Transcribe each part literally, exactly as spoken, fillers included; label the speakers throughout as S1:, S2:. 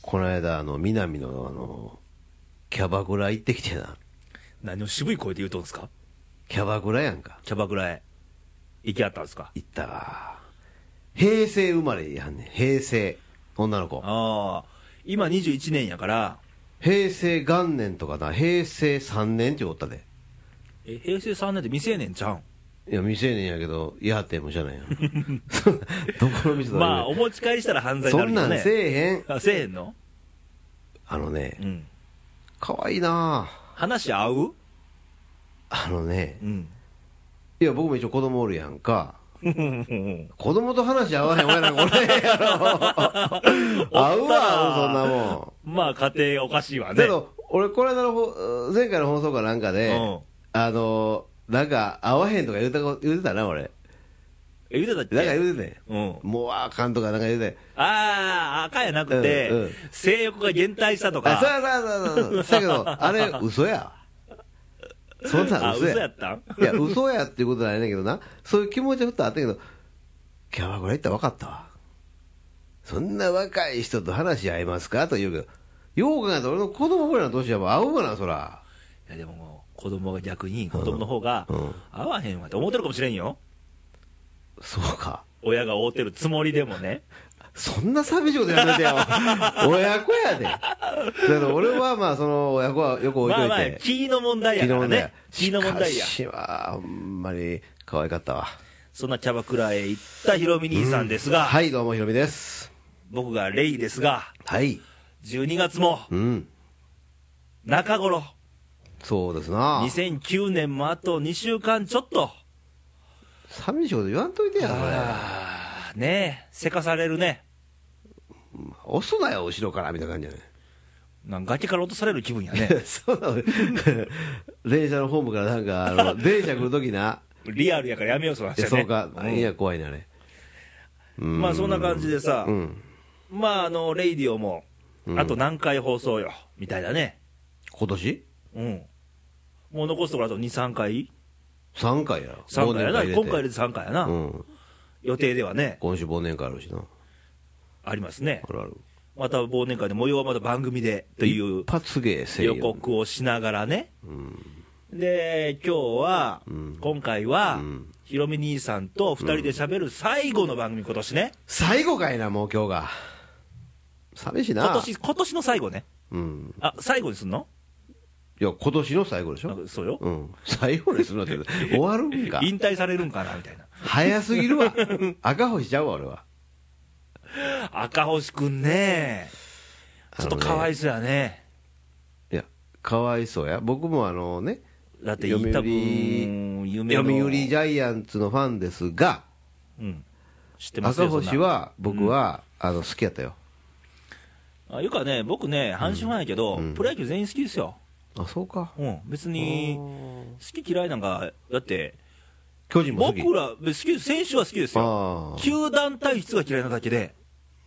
S1: この間あの南のあのキャバクラ行ってきてな。
S2: 何を渋い声で言うとんですか？
S1: キャバクラやんか。
S2: キャバクラへ行きあったんですか？
S1: 行ったわ。平成生まれやんねん。平成女の子。
S2: ああ、今にじゅういちねんやから。
S1: 平成元年とかな。平成さんねんっておったで。
S2: え、平成さんねんって未成年ちゃうん？
S1: いや未成年やけどいやってもじゃないやん。どこの店だ
S2: まあお持ち帰りしたら犯罪になるよね。
S1: そんなんせえへん。
S2: あ、せえへんの？
S1: あのね、
S2: うん。
S1: 可愛いな
S2: 話合う？
S1: あのね、
S2: うん。
S1: いや僕も一応子供おるやんか。子供と話合わへん親なんかおれへんやろ。合うわそんなも
S2: ん。まあ家庭おかしいわね。
S1: ん。けど俺この間のほ前回の放送かなんかで、うん、あのなんか合わへんとか言うた言うてたな俺。
S2: え、言うてたっけ？
S1: なんか言うてて、
S2: うん、
S1: もうあかんとかなんか言うて。
S2: ああ、あかんやなくて、うんうん、性欲が減退したとか。
S1: そうそうそうそう。だけどあれ嘘や。そんなん嘘や。
S2: 嘘やったん？
S1: いや嘘やっていうことないねんけどな。そういう気持ちはふっとあったけど、キャバクラ行ったら分かったわ。そんな若い人と話し合いますかと言うけど、よう考えたら俺の子供ぐらいの年はもう合うかなそら。
S2: いやでももう子供が逆に子供の方が、うんうん、合わへんわって思ってるかもしれんよ。
S1: そうか。
S2: 親が会うてるつもりでもね。
S1: そんな寂しいことやめてよ。親子やで。だから俺はまあその親子はよく置いといて。
S2: まあまあ気の問題やからね。気の問題や。
S1: しかしはほんまに可愛かったわ。
S2: そんなキャバクラへ行ったひろみ兄さんですが、うん、
S1: はいどうもひろみです。
S2: 僕がレイですが、
S1: はい
S2: じゅうにがつも、うん、中頃。
S1: そうですな。
S2: にせんきゅうねんもあとにしゅうかんちょっと。
S1: 寂しいこと言わんといてやこれ。
S2: ねえ、せかされるね。
S1: 押すなよ後ろからみたいな感じじゃない。
S2: なんか崖から落とされる気分やね。
S1: そうなの。電車のホームからなんかあの電車来るときな。
S2: リアルやからやめようその話やね。
S1: そうか、うん、いや怖いなあれ。
S2: まあそんな感じでさ、うん、まああのレイディオもあと何回放送よみたいだね。
S1: 今年？
S2: うん。もう残すところあとに、さんかい？
S1: さんかいや。
S2: さんかいやな。今回でさんかいやな。うん。予定ではね。
S1: 今週忘年会あるしな。
S2: ありますね。
S1: あるある。
S2: また忘年会で模様はまた番組でという
S1: 一発芸せよ
S2: 予告をしながらね。うん、で今日は、うん、今回は、うん、ひろみ兄さんとふたりで喋る最後の番組今年ね。
S1: 最後かいなもう今日が。寂しいな。
S2: 今年今年の最後ね。うん。あ最後にすんの？
S1: いや今年の最後でしょ。
S2: そうよ。
S1: うん。最後にするのって終わるんか。
S2: 引退されるんかなみたいな。
S1: 早すぎるわ。赤星ちゃうわ俺は。
S2: 赤星くんね、ちょっとかわいそうやね。
S1: いやかわいそうや。僕もあのね、
S2: だって読売
S1: 読売ジャイアンツのファンですが、うん、知ってますよ。赤星は僕は、うん、あの好きやったよ。
S2: あいうかね、僕ね阪神ファンやけど、うん、プロ野球全員好きですよ。
S1: あそうか。
S2: うん、別に好き嫌いなんかだって
S1: 巨人も好き。
S2: 僕ら好き、選手は好きですよ。球団体質が嫌いなだけで。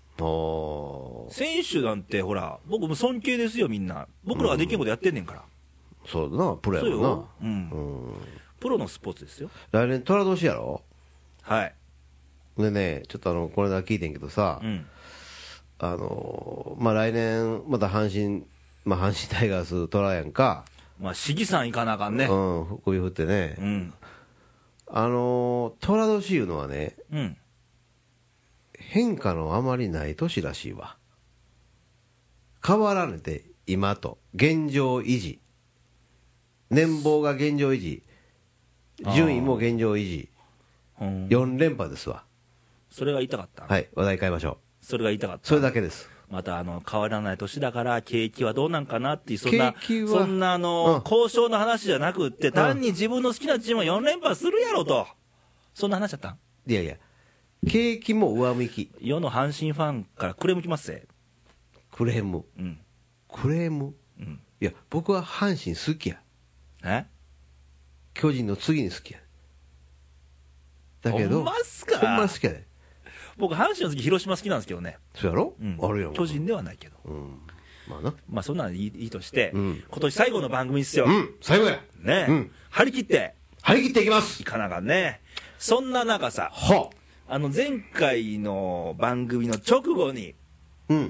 S2: 選手なんてほら僕も尊敬ですよみんな。僕らができることやってんねんから。
S1: うん、そうだなプロやもんな。う、
S2: うんうん、プロのスポーツですよ。
S1: 来年寅年やろ。
S2: はい。
S1: でねちょっとあのこれだけ聞いてんけどさ、うん、あのまあ来年また阪神まあ阪神タイガース寅やんか。
S2: まあ市議さん行かなあかんね。
S1: うん、首振ってね。うん。あの寅年いうのはね。うん。変化のあまりない年らしいわ。変わらぬて今と現状維持、年俸が現状維持、順位も現状維持、よん連覇ですわ。そ
S2: れが言いたかった。
S1: はい、話題変えましょう。
S2: それが言いたかった。
S1: それだけです。
S2: またあの変わらない年だから景気はどうなんかなっていう、そんなそんなあの、うん、交渉の話じゃなくって単に自分の好きなチームはよん連覇するやろと、そんな話だったん。
S1: いやいや景気も上向き。
S2: 世の阪神ファンからクレームきますぜ。
S1: クレーム、うん、クレーム、うん、いや僕は阪神好きや。
S2: え
S1: 巨人の次に好きや。だけど
S2: ほんまっすか。
S1: ほんま好きやで。
S2: 僕阪神の次広島好きなんですけどね。
S1: そうやろ、うん、あるやん。
S2: 巨人ではないけど、うん、
S1: まあな、
S2: まあそんなのいい、いいとして、うん、今年最後の番組っすよ。
S1: うん、最後や
S2: ね、うん、張り切って
S1: 張り切っていきます。
S2: いかながね。そんな中さ、
S1: は
S2: あの前回の番組の直後に、うん、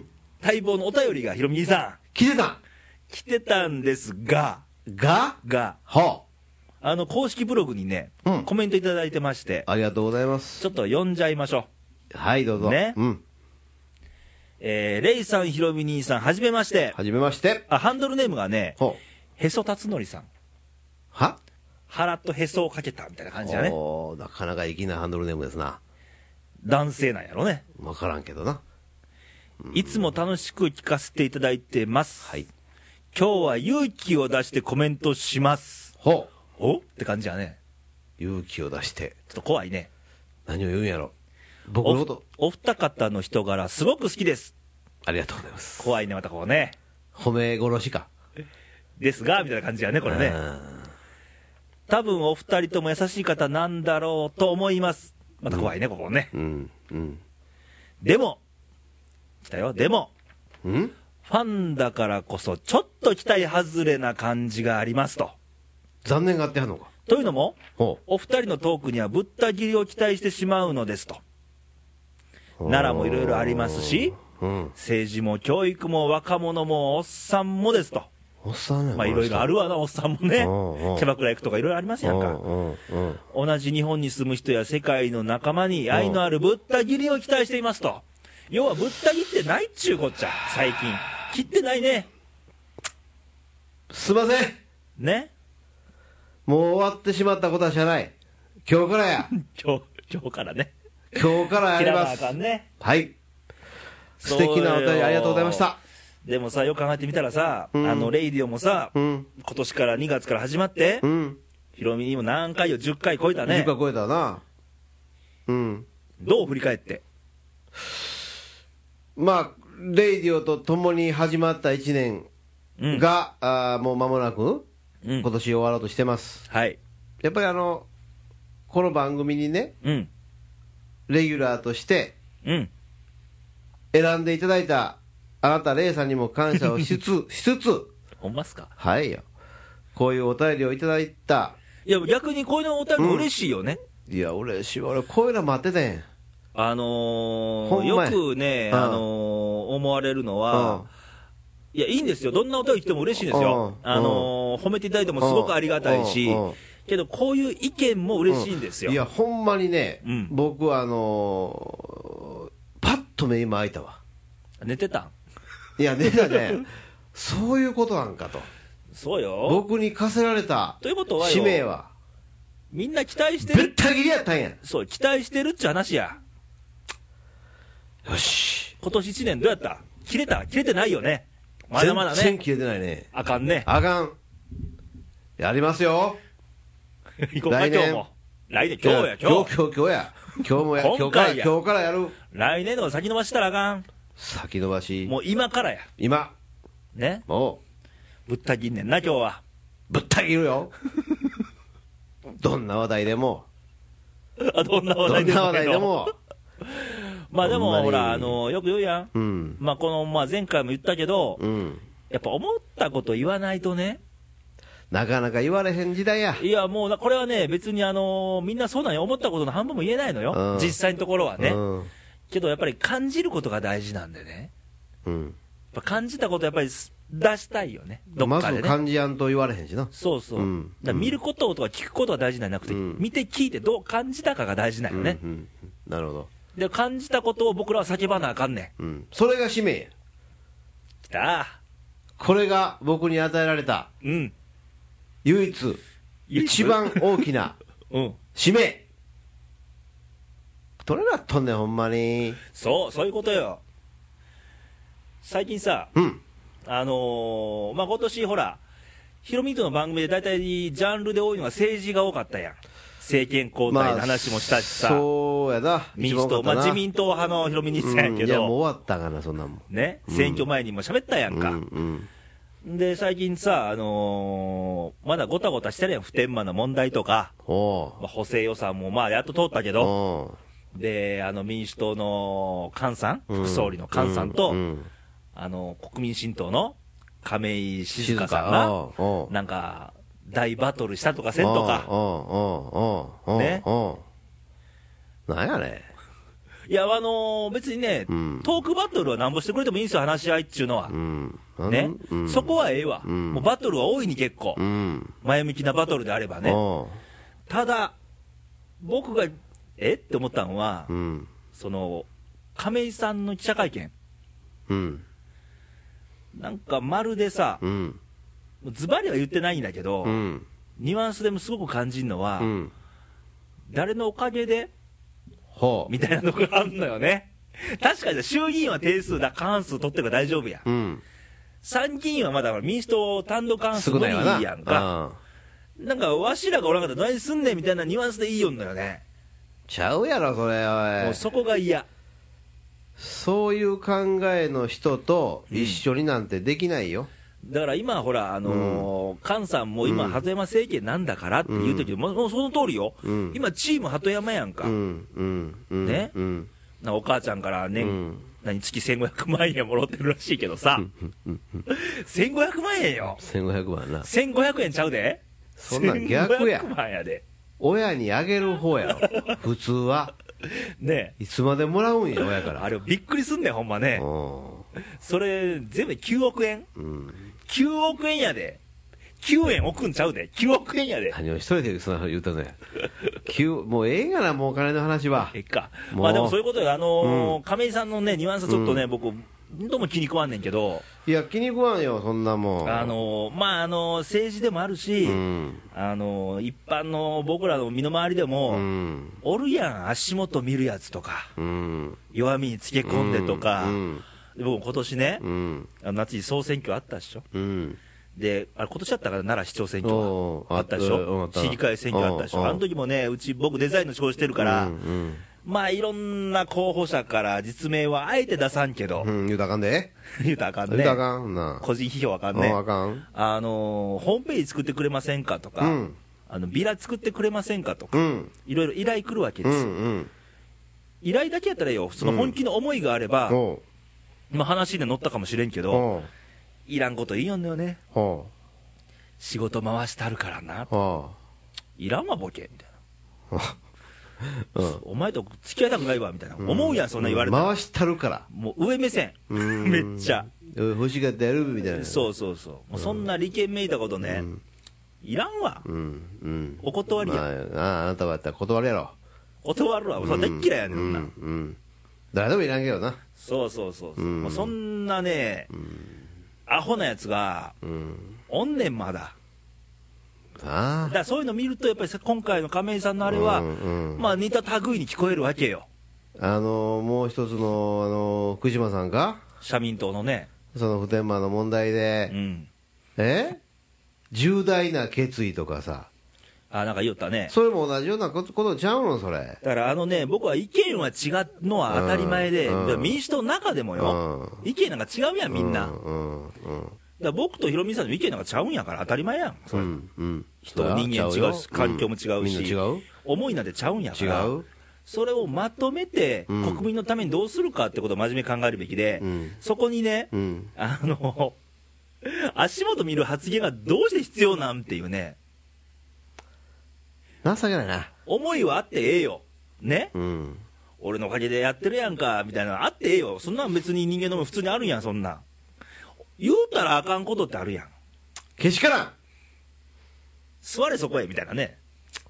S2: 待望のお便りがひろみ兄さん
S1: 来てた
S2: 来てたんですが
S1: が
S2: が
S1: は
S2: あ、あの公式ブログにね、うん、コメントいただいてまして、
S1: ありがとうございます。
S2: ちょっと読んじゃいましょ
S1: う。はいどうぞ
S2: ね、
S1: うん、
S2: えー、レイさんひろみ兄さんはじめまして。
S1: はじめまして。
S2: あ、ハンドルネームがね、へそ達則さん。
S1: は
S2: 腹とへそをかけたみたいな感じだね。
S1: おー、なかなか粋なハンドルネームですな。
S2: 男性なんやろね。
S1: 分からんけどな。
S2: いつも楽しく聞かせていただいてます。
S1: はい。
S2: 今日は勇気を出してコメントします。
S1: ほ
S2: う。おって感じやね。
S1: 勇気を出して。
S2: ちょっと怖いね。
S1: 何を言うんやろ。僕のこと。
S2: お二方の人柄すごく好きです。
S1: ありがとうございます。
S2: 怖いね、またこうね。
S1: 褒め殺しか。
S2: ですが、みたいな感じやね、これね。多分お二人とも優しい方なんだろうと思います。また怖いね、うん、ここね。
S1: うんうん、
S2: でも、来たよ、でも、
S1: ん
S2: ファンだからこそ、ちょっと期待外れな感じがありますと。
S1: 残念があってはんのか。
S2: というのも、お二人のトークにはぶった切りを期待してしまうのですと。奈良もいろいろありますし、うん、政治も教育も若者もおっさんもですと。
S1: おっさんね。
S2: まあいろいろあるわな、おっさんもね。キャバクラ行くとかいろいろありますやんか。同じ日本に住む人や世界の仲間に愛のあるぶった切りを期待していますと。要はぶった切ってないっちゅうこっちゃ、最近。切ってないね。
S1: すいません。
S2: ね。
S1: もう終わってしまったことはしゃない。今日からや。
S2: 今日、今日からね。
S1: 今日からやります。
S2: 切らなあかんね。
S1: はい。素敵なお便りありがとうございました。
S2: でもさ、よく考えてみたらさ、うん、あのレイディオもさ、うん、今年からにがつから始まって、うん、ヒロミにも何回よ、じゅっかい超えたね。
S1: じゅっかい超えたな。うん。
S2: どう振り返って。
S1: まあ、レイディオと共に始まったいちねんが、うん、あもう間もなく、うん、今年終わろうとしてます。
S2: はい。
S1: やっぱりあの、この番組にね、うん、レギュラーとして、うん、選んでいただいたあなたレイさんにも感謝をしつつしつつ
S2: ほんますか。
S1: はいよ、こういうお便りをいただいた。
S2: いや逆にこういうのお便り嬉しいよね、
S1: うん、いや嬉しい。俺こういうの待っててん。
S2: あのー、よくね、あのー、思われるのは、いやいいんですよ、どんなお便り来ても嬉しいんですよ、あのー、褒めていただいてもすごくありがたいし、けどこういう意見も嬉しいんですよ、
S1: うん、いやほんまにね、うん、僕はあのー、パッと目今開いたわ。
S2: 寝てたん。
S1: いや寝たねそういうことなんかと。
S2: そうよ、
S1: 僕に課せられた使命は
S2: みんな期待してる。
S1: べった切りやったんや。
S2: そう期待してるっちゅう話や。
S1: よし、
S2: 今年いちねんどうやった。切れた切れてないよね。まだまだね。
S1: 全然切れてないね。
S2: あかんね。
S1: あかん。やりますよ
S2: 行こうか。今日も来年。今日や今日
S1: 今日今日今日や今日もや今日から今日からやる。
S2: 来年の先延ばしたらあかん。
S1: 先延ばし。
S2: もう今からや。
S1: 今
S2: ね。
S1: も
S2: うぶった切んねんな今日は。
S1: ぶった切るよどんな話題でも
S2: あどんな話題でも
S1: どんな話題でも
S2: まあでもほらあのよく言うやん、うん、まあこのまあ前回も言ったけど、うん、やっぱ思ったこと言わないとね、
S1: なかなか言われへん時代や。
S2: いやもうこれはね別にあのみんなそうなんよ、思ったことの半分も言えないのよ、うん、実際のところはね、うん、けどやっぱり感じることが大事なんでね、うん、やっぱ感じたことやっぱり出したいよね、どっかでね。
S1: まず感じやんと言われへんしな。
S2: そうそう、うん、だから見ることとか聞くことが大事なんじゃなくて、うん、見て聞いてどう感じたかが大事なんよね、うんうん、
S1: なるほど。
S2: で感じたことを僕らは叫ばなあかんねん、うん、
S1: それが使命や。
S2: きた。
S1: これが僕に与えられた、うん、唯一一番大きな使命取れなっとんねんほんまに。
S2: そうそういうことよ。最近さ、うん、あのー、まあ今年ほらヒロミとの番組で大体ジャンルで多いのが政治が多かったやん。政権交代の話もしたしさ、
S1: まあ、そうやな。
S2: 民主党、まあ、自民党派のヒロミにしたんやけど、うん、い
S1: やもう終わったかなそんなもん
S2: ね、うん、選挙前にも喋ったやんか、うんうん、で最近さ、あのー、まだごたごたしてるやん、普天間の問題とか、まあ、補正予算もまあやっと通ったけど、であの民主党の菅さん、副総理の菅さんと、うんうん、あの国民新党の亀井静香さんがなんか大バトルしたとかせんとかね。
S1: なんやね。
S2: いやあのー、別別にね、
S1: うん、
S2: トークバトルはなんぼしてくれてもいいんですよ、話し合いっていうのは。うん、ね、うん、そこはええわ、うん、もうバトルは多いに結構、うん、前向きなバトルであればね。ただ、僕が、えって思ったのは、うん、その、亀井さんの記者会見。うん、なんかまるでさ、うん、ズバリは言ってないんだけど、うん、ニュアンスでもすごく感じるのは、うん、誰のおかげで、ほうみたいなところあるのよね。確かに衆議院は定数だ、過半数取ってるから大丈夫や、うん、参議院はまだ民主党単独過半数無理やんか。なんかわしらがおらんかったら何すんねんみたいなニュアンスでいいよんのよね。
S1: ちゃうやろそれ。おい、
S2: もうそこが嫌。
S1: そういう考えの人と一緒になんてできないよ、
S2: うん、だから今ほらあのー、菅、うん、さんも今、うん、鳩山政権なんだからって言うとき、うん、もうその通りよ、うん、今チーム鳩山やんか、うんうん、ね、うん、なお母ちゃんから年、うん、何月せんごひゃくまんえんもろってるらしいけどさせんごひゃくまんえんよ。
S1: せんごひゃくまんな。
S2: せんごひゃくえんちゃうで。
S1: そんなん逆や。せんごひゃくまん
S2: やで。
S1: 親にあげる方やろ普通はねえ、いつまでもらうんや親から。
S2: あれびっくりすんねんほんまね。それ全部できゅうおくえん、うん、きゅうおくえんやで。きゅうえん置くんちゃうで。きゅうおくえんやで。
S1: 何を一人でそんなこと言うたねもうええがな、もうお金の話は。
S2: ええか。まあでもそういうことよ。あのーうん、亀井さんのねニュアンスちょっとね、うん、僕どうも気に食わんねんけど。
S1: いや気に食わんよそんなもん。
S2: あのー、まああのー、政治でもあるし、うん、あのー、一般の僕らの身の回りでも、うん、おるやん足元見るやつとか、うん、弱みにつけ込んでとか、うん、で僕も今年ね、うん、夏に総選挙あったでしょ、うん、であれ今年だったから奈良市長選挙があったでしょ、市議会選挙あったでしょ。あの時もね、うち僕デザインの仕事してるから、うんうん、まあいろんな候補者から実名はあえて出さんけど、
S1: うん、言うたらあかんで
S2: 言うたらあかんね。
S1: 言うたらあかんな。
S2: 個人批評あかんね。
S1: あかん。
S2: あのー、ホームページ作ってくれませんかとか、うん、あのビラ作ってくれませんかとか、うん、いろいろ依頼来るわけですよ、うんうん、依頼だけやったらよ、その本気の思いがあれば、うん、まあ話に乗ったかもしれんけど、いらんこと言いよんのよね。仕事回してあるからな、いらんわボケみたいなうん、お前と付き合いたくないわみたいな、うん、思うやん、そんな言われたら。
S1: 回したるから、
S2: もう上目線、めっちゃ
S1: 欲しがってやるみたいな。
S2: そうそうそう、もうそんな利権めいたことね、うん、いらんわ、うんうん、お断りや、
S1: まあ、あなたはやったら断るやろ。
S2: 断るわ、そんな大っ嫌いやねん、
S1: うん、
S2: な、
S1: うんうん、誰でもいらんけどな。
S2: そうそうそうそう、うん、もうそんなね、うん、アホなやつが、うん、おんねんまだ。ああ、だからそういうの見るとやっぱり今回の亀井さんのあれは、うんうん、まあ似た類に聞こえるわけよ。
S1: あのー、もう一つの、あのー、福島さんか、
S2: 社民党のね、
S1: その普天間の問題で、うん、え重大な決意とかさ、
S2: あ、なんか言ったね。
S1: それも同じようなことちゃうのそれ。
S2: だからあのね、僕は意見は違うのは当たり前で、うん、民主党の中でもよ、うん、意見なんか違うやんみんな、うんうんうん、だから僕とヒロミさんの意見なんかちゃうんやから当たり前やんそれ、うんうん、人人間違うし環境も違うし、うん、違う思いなんてちゃうんやから、違う、それをまとめて国民のためにどうするかってことを真面目に考えるべきで、うん、そこにね、うん、あの足元見る発言がどうして必要なんっていうね、
S1: 情けないな。
S2: 思いはあってええよね、うん、俺のおかげでやってるやんかみたいなのあってええよ。そんなん別に人間のも普通にあるやん。そんなん言うたらあかんことってあるやん。
S1: けしからん、
S2: 座れそこへみたいなね。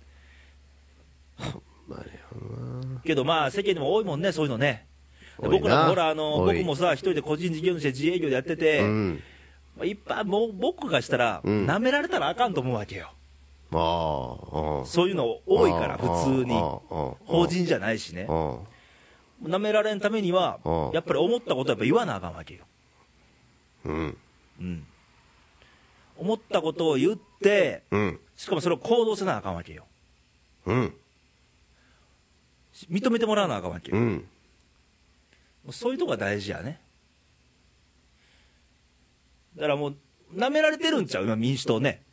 S2: けどまあ世間でも多いもんね、そういうのね。僕らもほらあの僕もさ一人で個人事業主で自営業でやってて、うん、いっぱいもう僕がしたら、うん、舐められたらあかんと思うわけよ。ああ、そういうの多いから普通に法人じゃないしね。舐められんためにはやっぱり思ったことはやっぱ言わなあかんわけよ。うん、うん、思ったことを言って、うん、しかもそれを行動せなあかんわけよ。うん、認めてもらわなあかんわけよ。うん、そういうとこが大事やね。だからもう舐められてるんちゃう今民主党ね。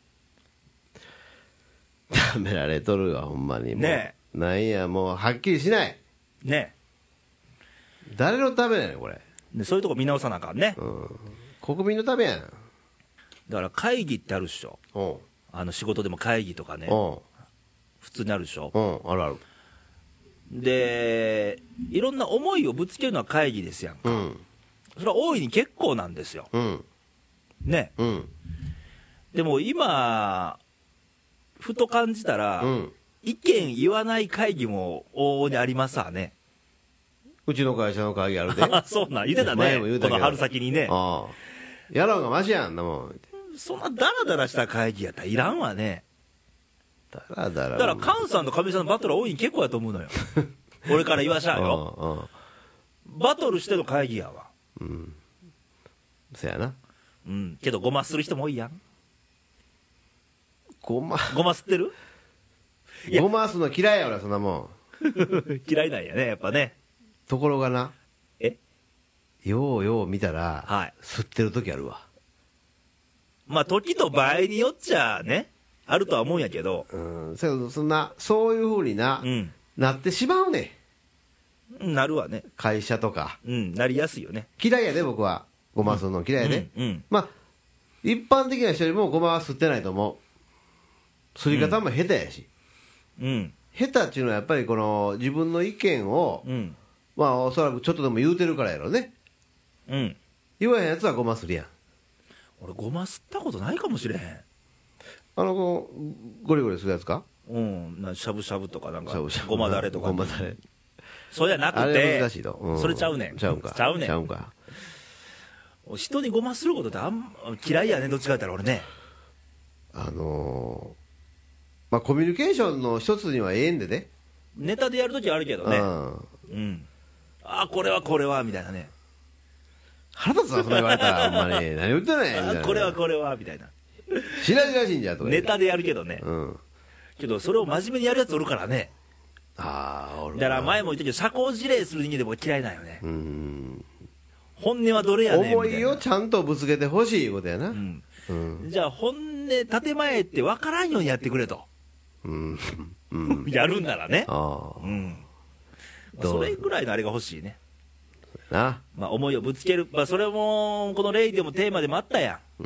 S1: 舐められとるわほんまにもうねえ、なんやもうはっきりしないねえ、誰のためやねんこれ。
S2: でそういうとこ見直さなあかんね、うん、
S1: 国民のためやん。
S2: だから会議ってあるっしょ。あの仕事でも会議とかね普通にあるでしょ。うん、あるある。 で、いろんな思いをぶつけるのは会議ですやんか。うん、それは大いに結構なんですよ。うん、ね、うん。でも今、ふと感じたら、うん、意見言わない会議も往々にありますわね。
S1: うちの会社の会議あるで。
S2: そうなん、言うてたね。この春先にね。
S1: ああ。やろうがマシやんなもん。
S2: そんなダラダラした会議やったらいらんわね。
S1: ダラダラ。
S2: だから、菅さんと上さんのバトルは大いに結構やと思うのよ。俺から言わしゃよ。バトルしての会議やわ。うん。
S1: そやな。
S2: うん。けど、ごまする人も多いやん。
S1: ごま。
S2: ごますってる？
S1: ごますの嫌いや俺、そんなも
S2: ん。嫌いなんやね、やっぱね。
S1: ところがな。
S2: え？
S1: ようよう見たら、はい。吸ってる時あるわ。
S2: まあ、時と場合によっちゃね、あるとは思うんやけど。
S1: うん。そんな、そういうふうにな、うん、なってしまうね。
S2: なるわね。
S1: 会社とか。
S2: うん、なりやすいよね。
S1: 嫌いやで、僕は。ごまするの嫌いやで。うん。うんうん、まあ、一般的な人よりもごまは吸ってないと思う。吸い方も下手やし。うん。下手っていうのはやっぱりこの、自分の意見を、うん、まあ、おそらくちょっとでも言うてるからやろね。うん。言わへんやつはごまするやん。
S2: 俺、ごま吸ったことないかもしれへん。
S1: あの、こうゴリゴリするやつか？
S2: うん、なしゃぶしゃぶとか、なんか、ごまだれとか。
S1: ごまだれ。
S2: そうじゃなくて、
S1: 難しいと、
S2: うん、それちゃうねん。
S1: ちゃうんか。
S2: ちゃうねん。
S1: ちゃうんか。
S2: 人にごますることってあん嫌いやね、どっちか言ったら俺ね。
S1: あのー、まあ、コミュニケーションの一つにはええんでね。
S2: ネタでやるときはあるけどね。うん。うん。あ、これはこれは、みたいなね。
S1: 腹立つな、それ言われたら、ほんまに。何言ってんねんみたいな。
S2: これはこれは、みたいな。
S1: しらじらしいんじゃとか。
S2: ネタでやるけどね。うん。けど、それを真面目にやるやつおるからね。ああ、おるな。だから前も言ったけど、社交辞令する人間でも嫌いなんよね。うん。本音はどれやねん。
S1: 思いをちゃんとぶつけてほしいいうことやな。うん。
S2: うん、じゃあ、本音、建前って分からんようにやってくれと。うん。うん、やるんならね。ああ。うん。まあ、それぐらいのあれが欲しいね。な。まあ、思いをぶつける。まあ、それも、このレイでもテーマでもあったやん。うん。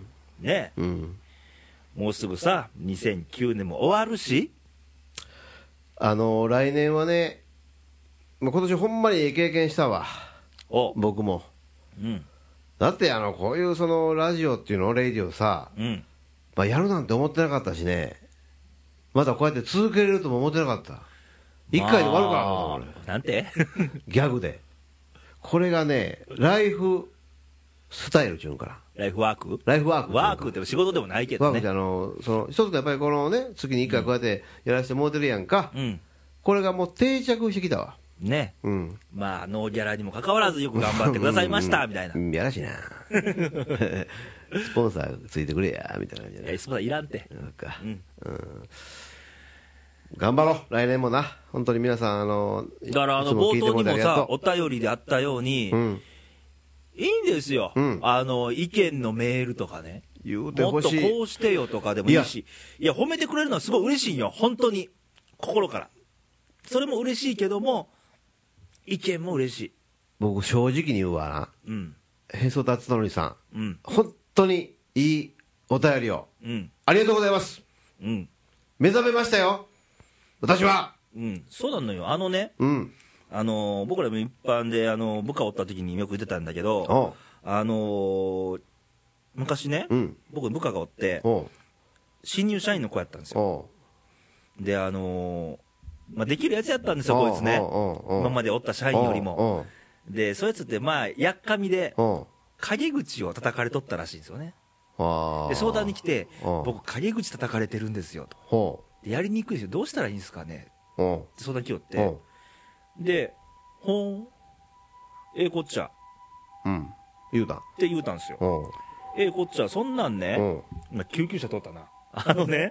S2: ね。うん。もうすぐさ、にせんきゅうねんも終わるし。
S1: あのー、来年はね、今年ほんまにええ経験したわ。お僕も。うん。だって、あの、こういうその、ラジオっていうの、レイディオさ、うん。まあ、やるなんて思ってなかったしね。まだこうやって続けれるとも思ってなかった。一回で終わるからな、俺。
S2: なんて
S1: ギャグで。これがね、ライフスタイルっていうんかな。
S2: ライフワーク
S1: ライフワーク。
S2: ワークって仕事でもないけどね。ワークって
S1: あの、その、一つがやっぱりこのね、月に一回こうやってやらせてもらってるやんか。うん。これがもう定着してきたわ。
S2: ね。うん。まあ、ノーギャラにもかかわらずよく頑張ってくださいました、みたいな。
S1: うん、やらしいな。スポンサーついてくれや、みたいな感じで。
S2: いや、スポンサーいらんて。なんか。
S1: うん。うん頑張ろう、来年もな、本当に皆さん、あの
S2: だからあの冒頭にもさ、お便りであったように、うん、いいんですよ、うん、あの意見のメールとかね、
S1: 言うてほしい、
S2: もっとこうしてよとかでもいいし、いや、褒めてくれるのはすごい嬉しいよ、本当に、心から、それも嬉しいけども、意見も嬉しい。
S1: 僕、正直に言うわな、うん、へそたつのりさん、うん、本当にいいお便りを、うん、ありがとうございます、うん、目覚めましたよ。私は、
S2: うん、そうなのよ、あのね、うん、あの僕らも一般であの部下おった時によく言ってたんだけど、あのー、昔ね、うん、僕、部下がおって、新入社員の子やったんですよ。で、あのーまあ、できるやつやったんですよ、こいつね、今までおった社員よりも。で、そういうやつって、まあ、やっかみで、陰口を叩かれとったらしいんですよね。で、相談に来て、僕、陰口叩かれてるんですよと。やりにくいですよ、どうしたらいいんですかねって相談来よって、で、ほん、ええこっちゃ、
S1: うん、言うた
S2: って言うたんですよ。ええこっちゃ、そんなんね、今、救急車通ったな、あのね、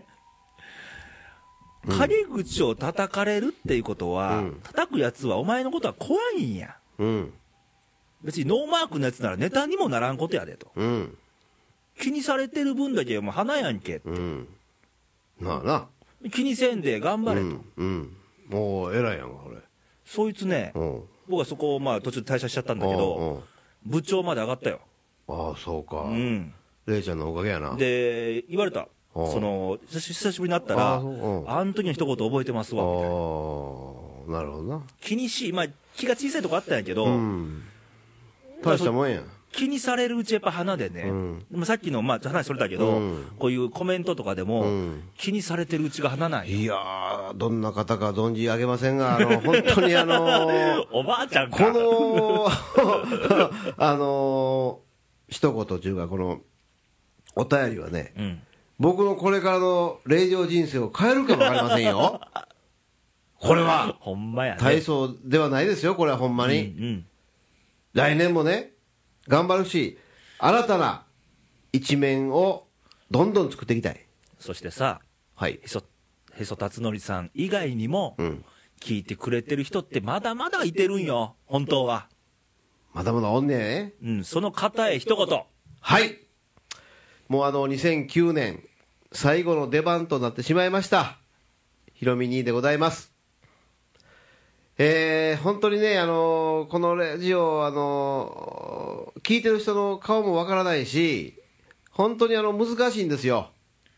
S2: 陰口を叩かれるっていうことは、叩くやつはお前のことは怖いんや、別にノーマークのやつならネタにもならんことやでと、気にされてる分だけもう花やんけって、
S1: まあな。
S2: 気にせんで頑張れと、
S1: うん、もう偉いやんか、俺。
S2: そいつね、僕はそこをまあ途中で退社しちゃったんだけど、部長まで上がったよ。
S1: ああ、そうか、うん、レイちゃんのおかげやな。
S2: で、言われた、その久しぶりになったら、あの時の一言覚えてますわみたいな。
S1: なるほどな。
S2: 気にし、まあ、気が小さいとこあったんやけど、うん、
S1: 大したもんや。
S2: 気にされるうちやっぱ花でね、うん、でもさっきの、まあ、話それだけど、うん、こういうコメントとかでも、うん、気にされてるうちが花なんや。
S1: いやー、どんな方か存じ上げませんが、あの本当にあのー、
S2: おばあちゃんか。
S1: この、あのー、一言というか、このお便りはね、うん、僕のこれからの令嬢人生を変えるかもわかりませんよ。これは、
S2: ほんまやね。
S1: 体操ではないですよ、これはほんまに。うんうん、来年もね、頑張るし、新たな一面をどんどん作っていきたい。
S2: そしてさ、
S1: はい、
S2: へそ、へそ達則さん以外にも、うん、聞いてくれてる人ってまだまだいてるんよ、本当は。
S1: まだまだおんねえ。
S2: うん、その方へ一言。
S1: はい。もうあの、にせんきゅうねん、最後の出番となってしまいました。ひろみにでございます。えー、本当にね、あのー、このラジオ、あのー、聞いてる人の顔もわからないし、本当にあの難しいんですよ、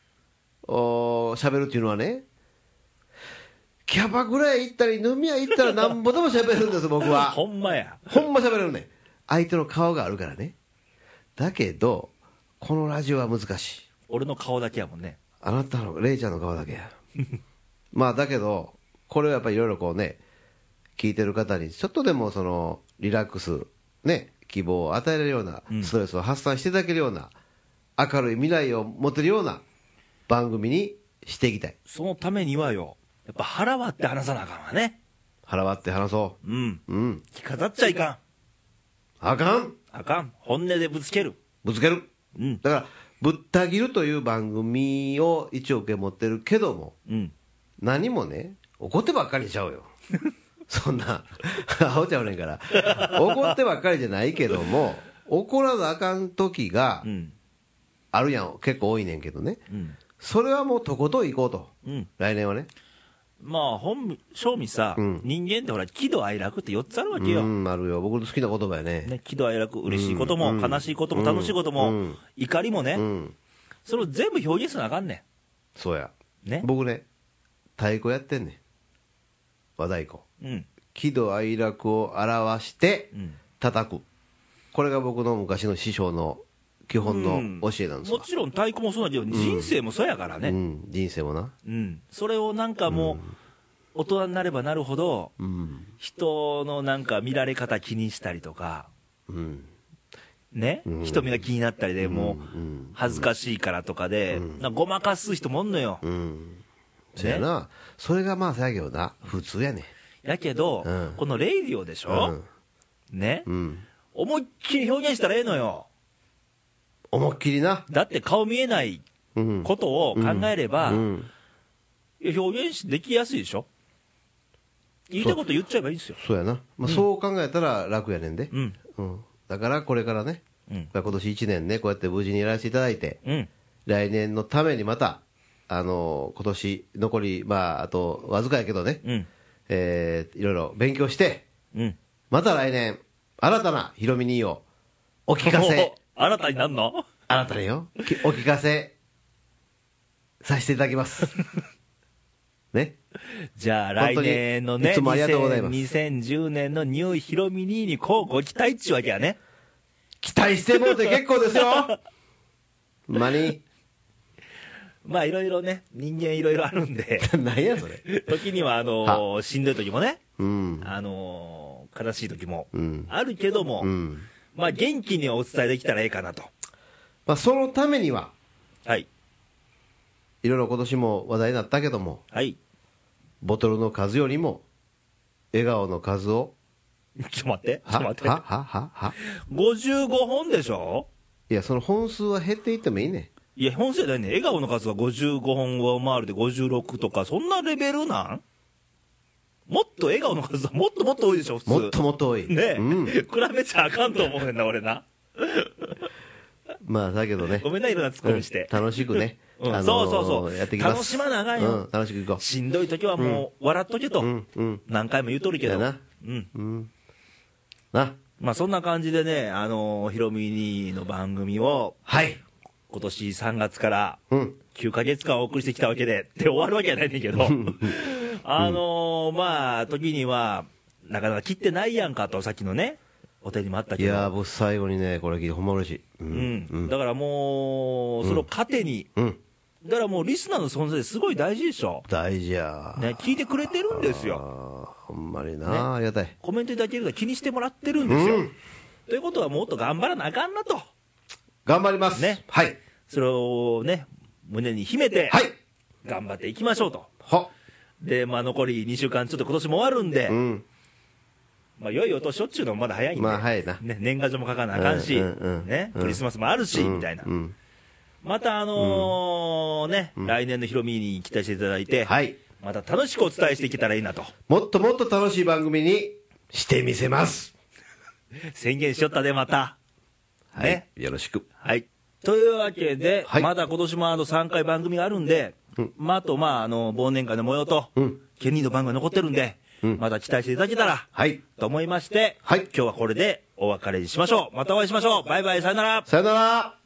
S1: 喋るっていうのはね。キャバぐらい行ったり飲み屋行ったらなんぼでも喋るんです僕は。
S2: ほんまや。
S1: ほんま喋れるね。相手の顔があるからね。だけどこのラジオは難しい。
S2: 俺の顔だけやもんね。
S1: あなたのレイちゃんの顔だけや。まあだけどこれはやっぱりいろいろこうね、聞いてる方にちょっとでもそのリラックスね、希望を与えられるような、ストレスを発散していただけるような、明るい未来を持てるような番組にしていきたい。
S2: そのためにはよ、やっぱ腹割って話さなあかんわね。
S1: 腹割って話そう。
S2: うんうん。着飾っちゃいかん。
S1: あかん。
S2: あかん。本音でぶつける。
S1: ぶつける。
S2: うん。
S1: だからぶった切るという番組を一応受け持ってるけども、うん、何もね怒ってばっかりしちゃうよ。そんなアホちゃうねんから。怒ってばっかりじゃないけども、怒らなあかん時があるやん、結構多いねんけどね、うん、それはもうとことん行こうと、うん、来年はね。
S2: まあ本正味さ、うん、人間ってほら喜怒哀楽ってよっつあるわけよ。
S1: うん、あるよ。僕の好きな言葉やね。
S2: ね、喜怒哀楽、嬉しいことも、うん、悲しいことも、楽しいことも、うん、怒りもね、うん、それを全部表現せなあかんねん。
S1: そうや、ね、僕ね太鼓やってんねん、和太鼓。うん、喜怒哀楽を表して叩く、うん、これが僕の昔の師匠の基本の教えなんですわ、
S2: うん、もちろん太鼓もそうだけど、人生もそうやからね、
S1: うんうん、人生もな、
S2: うん、それをなんかもう、うん、大人になればなるほど、うん、人のなんか見られ方気にしたりとか、うんね、うん、人目が気になったりで、もう恥ずかしいからとかで、うん、なんかごまかす人もおんのよ、うん、
S1: そやな、ね、それがまあ作業な普通やね。
S2: やけど、うん、このレイディオでしょ、うん、ね、うん、思いっきり表現したらええのよ。
S1: 思いっきりな。
S2: だって顔見えないことを考えれば、うんうん、表現できやすいでしょ。言いたいこと言っちゃえばいいですよ。
S1: そうやな、まあ、そう考えたら楽やねんで、うんうん、だからこれからね、うん、今年いちねんねこうやって無事にやらせていただいて、うん、来年のためにまたあの今年残りまああとわずかやけどね、うん、えー、いろいろ勉強して、うん、また来年新たなひろみ兄をお聞かせ
S2: 新たになんの
S1: 新たによお聞かせさせていただきますね。
S2: じゃあ来年のね、
S1: いつもありがとうございます。
S2: にせんじゅうねんのニューひろみ兄にこうご期待っちゅうわけやね。
S1: 期待してもうて結構ですよ。まに
S2: まあいろいろね、人間いろいろあるんで
S1: 何やそれ。
S2: 時にはあのー、しんどい時もね、うん、あのー、悲しい時もあるけども、うん、まあ元気にお伝えできたらええかなと。
S1: まあそのためには、
S2: はい、
S1: いろいろ今年も話題になったけども、はい、ボトルの数よりも笑顔の数を
S2: ちょっと待ってちょっと待って
S1: はははは
S2: ごじゅうごほんでしょ。
S1: いやその本数は減っていってもいいね。
S2: いや本数じゃないね。笑顔の数はごじゅうごほん上回るでごじゅうろくとかそんなレベルなん。もっと笑顔の数はもっともっと多いでしょ普通。
S1: もっともっと多いねえ、
S2: うん、比べちゃあかんと思うねんな俺な
S1: まあだけどね、
S2: ごめんないろんなツッコミして、
S1: うん、楽しくね、
S2: うん、あのー、そうそうそうやっていきます。楽しまなあかんよ、うん、
S1: 楽しくいこう。
S2: しんどい時はもう笑っとけと、うんうん、何回も言うとるけどな、うんうん、なまあそんな感じでね、あのー、ひろみにの番組をはい今年さんがつからきゅうかげつかんお送りしてきたわけで、で終わるわけじゃないねんけどあのー、まあ、時には、なかなか切ってないやんかと、さっきのね、お手にもあったけど。
S1: いやー、僕最後にね、これ聞いてほんま嬉しい。
S2: うん。うん、だからもう、それを糧に、うん。だからもうリスナーの存在すごい大事でしょ。
S1: 大事や。
S2: ね、聞いてくれてるんですよ。
S1: ほんまにな、ね、ありがたい。
S2: コメントいただけるの気にしてもらってるんですよ。うん、ということはもっと頑張らなあかんなと。
S1: 頑張ります。ね。はい。
S2: それをね、胸に秘めて、はい。頑張っていきましょうと。は。で、まあ残りにしゅうかんちょっと今年も終わるんで、うん。まあ良いお年をっちゅうのもまだ早いんで。
S1: まあ早いな。
S2: ね、年賀状も書かなあかんし、うんうんうん、ね、クリスマスもあるし、うん、みたいな。うんまたあのー、ね、うん、来年のヒロミに期待していただいて、はい。また楽しくお伝えしていけたらいいなと。
S1: もっともっと楽しい番組にしてみせます。
S2: 宣言しよったで、また。
S1: はい。ね、よろしく。
S2: はい。というわけで、はい、まだ今年もあのさんかい番組があるんで、うん、まあ、あと、まあ、あの、忘年会の模様と、うん、ケニーの番組が残ってるんで、うん、また期待していただけたら、はい。と思いまして、はい。今日はこれでお別れにしましょう。またお会いしましょう。バイバイ、さよなら。
S1: さよなら。